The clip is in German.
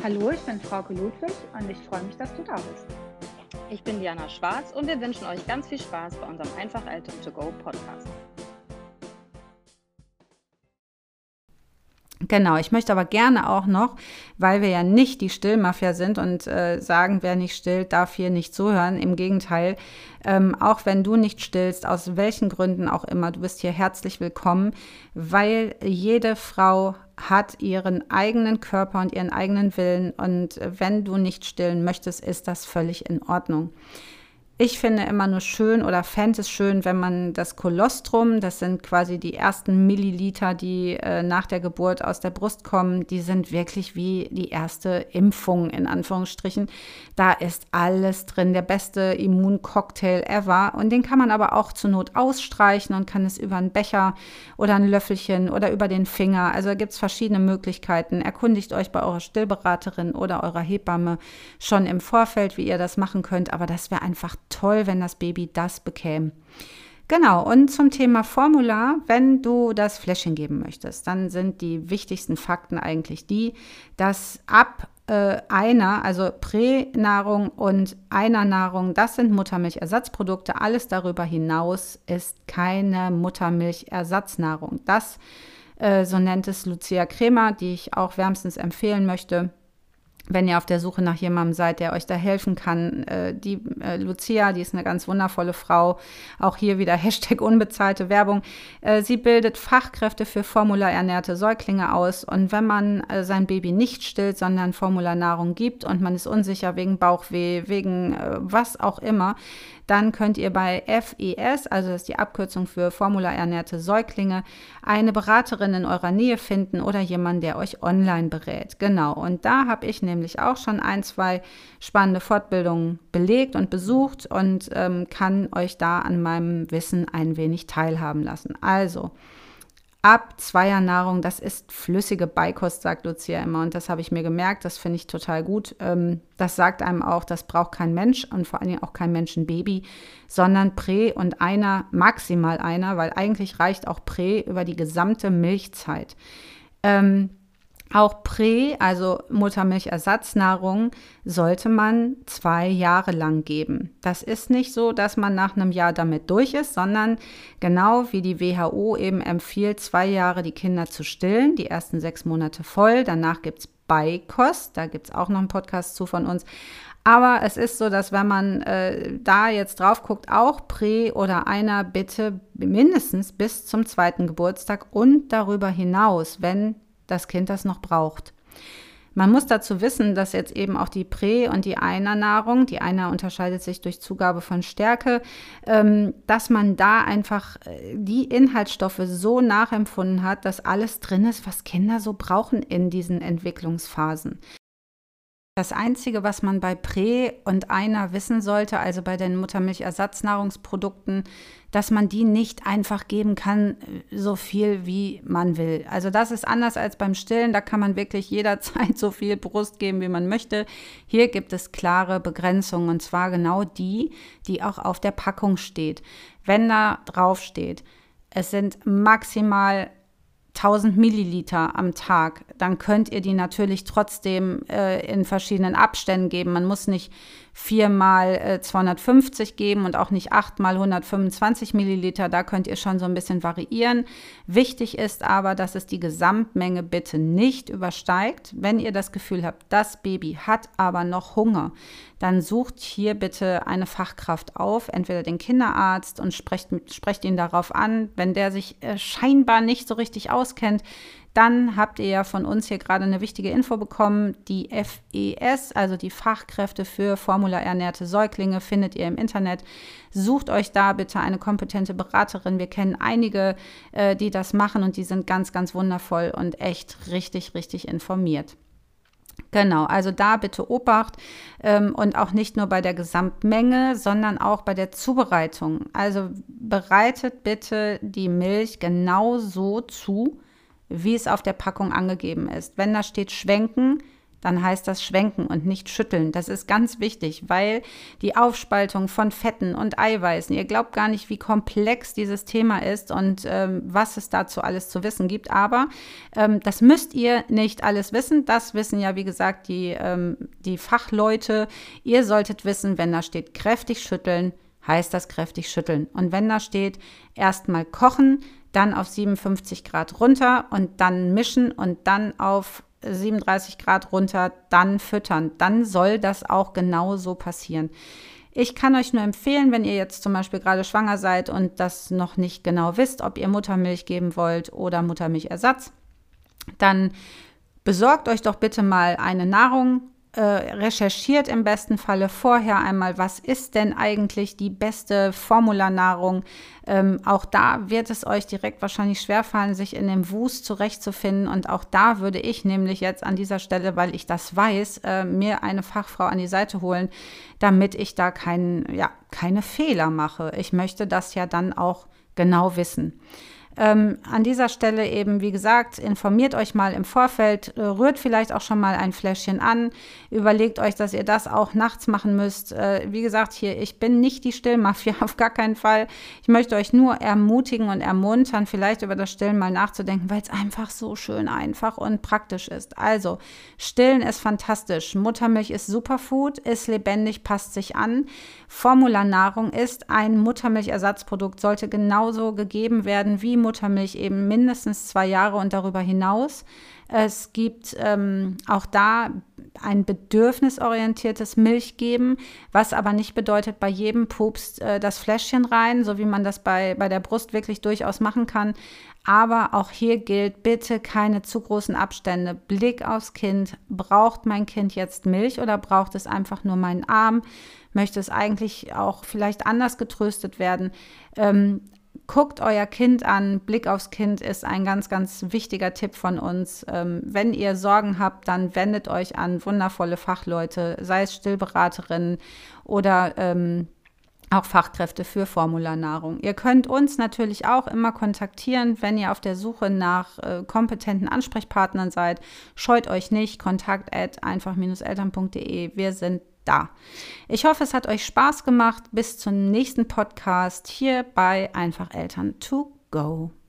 Hallo, ich bin Frauke Ludwig und ich freue mich, dass du da bist. Ich bin Diana Schwarz und wir wünschen euch ganz viel Spaß bei unserem Einfach Eltern to go Podcast. Genau, ich möchte aber gerne auch noch, weil wir ja nicht die Stillmafia sind und sagen, wer nicht stillt, darf hier nicht zuhören. Im Gegenteil, auch wenn du nicht stillst, aus welchen Gründen auch immer, du bist hier herzlich willkommen, weil jede Frau hat ihren eigenen Körper und ihren eigenen Willen. Und wenn du nicht stillen möchtest, ist das völlig in Ordnung. Ich finde immer nur schön oder fände es schön, wenn man das Kolostrum, das sind quasi die ersten Milliliter, die nach der Geburt aus der Brust kommen, die sind wirklich wie die erste Impfung in Anführungsstrichen. Da ist alles drin, der beste Immuncocktail ever. Und den kann man aber auch zur Not ausstreichen und kann es über einen Becher oder ein Löffelchen oder über den Finger. Also da gibt es verschiedene Möglichkeiten. Erkundigt euch bei eurer Stillberaterin oder eurer Hebamme schon im Vorfeld, wie ihr das machen könnt. Aber das wäre einfach toll, wenn das Baby das bekäme. Genau, und zum Thema Formula, wenn du das Fläschchen geben möchtest, dann sind die wichtigsten Fakten eigentlich die, dass ab also Pränahrung und Einernahrung, das sind Muttermilchersatzprodukte. Alles darüber hinaus ist keine Muttermilchersatznahrung. Das, so nennt es Lucia Cremer, die ich auch wärmstens empfehlen möchte. Wenn ihr auf der Suche nach jemandem seid, der euch da helfen kann. Die Lucia, die ist eine ganz wundervolle Frau. Auch hier wieder Hashtag unbezahlte Werbung. Sie bildet Fachkräfte für formularernährte Säuglinge aus. Und wenn man sein Baby nicht stillt, sondern Formularnahrung gibt und man ist unsicher wegen Bauchweh, wegen was auch immer, dann könnt ihr bei FES, also das ist die Abkürzung für formularernährte Säuglinge, eine Beraterin in eurer Nähe finden oder jemanden, der euch online berät. Genau, und da habe ich nämlich auch schon 2 spannende Fortbildungen belegt und besucht und kann euch da an meinem Wissen ein wenig teilhaben lassen. Also, ab Zweier-Nahrung, das ist flüssige Beikost, sagt Lucia immer. Und das habe ich mir gemerkt, das finde ich total gut. Das sagt einem auch, das braucht kein Mensch und vor allen Dingen auch kein Menschenbaby, sondern Prä und einer, maximal einer, weil eigentlich reicht auch Prä über die gesamte Milchzeit. Auch Prä, also Muttermilchersatznahrung, sollte man 2 Jahre lang geben. Das ist nicht so, dass man nach einem Jahr damit durch ist, sondern genau wie die WHO eben empfiehlt, 2 Jahre die Kinder zu stillen, die ersten 6 Monate voll. Danach gibt es Beikost, da gibt es auch noch einen Podcast zu von uns. Aber es ist so, dass wenn man da jetzt drauf guckt, auch Prä oder einer bitte mindestens bis zum 2. Geburtstag und darüber hinaus, wenn das Kind das noch braucht. Man muss dazu wissen, dass jetzt eben auch die Prä- und die Einernahrung, die Einer unterscheidet sich durch Zugabe von Stärke, dass man da einfach die Inhaltsstoffe so nachempfunden hat, dass alles drin ist, was Kinder so brauchen in diesen Entwicklungsphasen. Das Einzige, was man bei Prä und Einer wissen sollte, also bei den Muttermilchersatznahrungsprodukten, dass man die nicht einfach geben kann, so viel wie man will. Also das ist anders als beim Stillen, da kann man wirklich jederzeit so viel Brust geben, wie man möchte. Hier gibt es klare Begrenzungen und zwar genau die, die auch auf der Packung steht. Wenn da drauf steht, es sind maximal 1000 Milliliter am Tag, dann könnt ihr die natürlich trotzdem in verschiedenen Abständen geben. Man muss nicht 4 mal 250 geben und auch nicht 8 mal 125 Milliliter. Da könnt ihr schon so ein bisschen variieren. Wichtig ist aber, dass es die Gesamtmenge bitte nicht übersteigt. Wenn ihr das Gefühl habt, das Baby hat aber noch Hunger, dann sucht hier bitte eine Fachkraft auf, entweder den Kinderarzt und sprecht ihn darauf an. Wenn der sich scheinbar nicht so richtig auskennt, dann habt ihr ja von uns hier gerade eine wichtige Info bekommen. Die FES, also die Fachkräfte für formularernährte Säuglinge, findet ihr im Internet. Sucht euch da bitte eine kompetente Beraterin. Wir kennen einige, die das machen und die sind ganz, ganz wundervoll und echt richtig, richtig informiert. Genau, also da bitte Obacht und auch nicht nur bei der Gesamtmenge, sondern auch bei der Zubereitung. Also bereitet bitte die Milch genau so zu, wie es auf der Packung angegeben ist. Wenn da steht schwenken, dann heißt das schwenken und nicht schütteln. Das ist ganz wichtig, weil die Aufspaltung von Fetten und Eiweißen, ihr glaubt gar nicht, wie komplex dieses Thema ist und was es dazu alles zu wissen gibt. Aber das müsst ihr nicht alles wissen. Das wissen ja, wie gesagt, die Fachleute. Ihr solltet wissen, wenn da steht kräftig schütteln, heißt das kräftig schütteln. Und wenn da steht erstmal kochen, dann auf 57 Grad runter und dann mischen und dann auf 37 Grad runter, dann füttern. Dann soll das auch genau so passieren. Ich kann euch nur empfehlen, wenn ihr jetzt zum Beispiel gerade schwanger seid und das noch nicht genau wisst, ob ihr Muttermilch geben wollt oder Muttermilchersatz, dann besorgt euch doch bitte mal eine Nahrung, recherchiert im besten Falle vorher einmal, was ist denn eigentlich die beste Formularnahrung. Auch da wird es euch direkt wahrscheinlich schwerfallen, sich in dem Wust zurechtzufinden. Und auch da würde ich nämlich jetzt an dieser Stelle, weil ich das weiß, mir eine Fachfrau an die Seite holen, damit ich da keine Fehler mache. Ich möchte das ja dann auch genau wissen. An dieser Stelle eben, wie gesagt, informiert euch mal im Vorfeld, rührt vielleicht auch schon mal ein Fläschchen an, überlegt euch, dass ihr das auch nachts machen müsst. Wie gesagt, hier, ich bin nicht die Stillmafia, auf gar keinen Fall. Ich möchte euch nur ermutigen und ermuntern, vielleicht über das Stillen mal nachzudenken, weil es einfach so schön einfach und praktisch ist. Also, Stillen ist fantastisch. Muttermilch ist Superfood, ist lebendig, passt sich an. Formularnahrung ist ein Muttermilchersatzprodukt, sollte genauso gegeben werden wie Muttermilch eben mindestens 2 Jahre und darüber hinaus. Es gibt auch da ein bedürfnisorientiertes Milchgeben, was aber nicht bedeutet, bei jedem Pups das Fläschchen rein, so wie man das bei der Brust wirklich durchaus machen kann. Aber auch hier gilt, bitte keine zu großen Abstände. Blick aufs Kind. Braucht mein Kind jetzt Milch oder braucht es einfach nur meinen Arm? Möchte es eigentlich auch vielleicht anders getröstet werden? Guckt euer Kind an. Blick aufs Kind ist ein ganz, ganz wichtiger Tipp von uns. Wenn ihr Sorgen habt, dann wendet euch an wundervolle Fachleute, sei es Stillberaterinnen oder auch Fachkräfte für Formularnahrung. Ihr könnt uns natürlich auch immer kontaktieren, wenn ihr auf der Suche nach kompetenten Ansprechpartnern seid. Scheut euch nicht, kontakt@einfach-eltern.de. Wir sind da. Ich hoffe, es hat euch Spaß gemacht. Bis zum nächsten Podcast hier bei Einfach Eltern to go.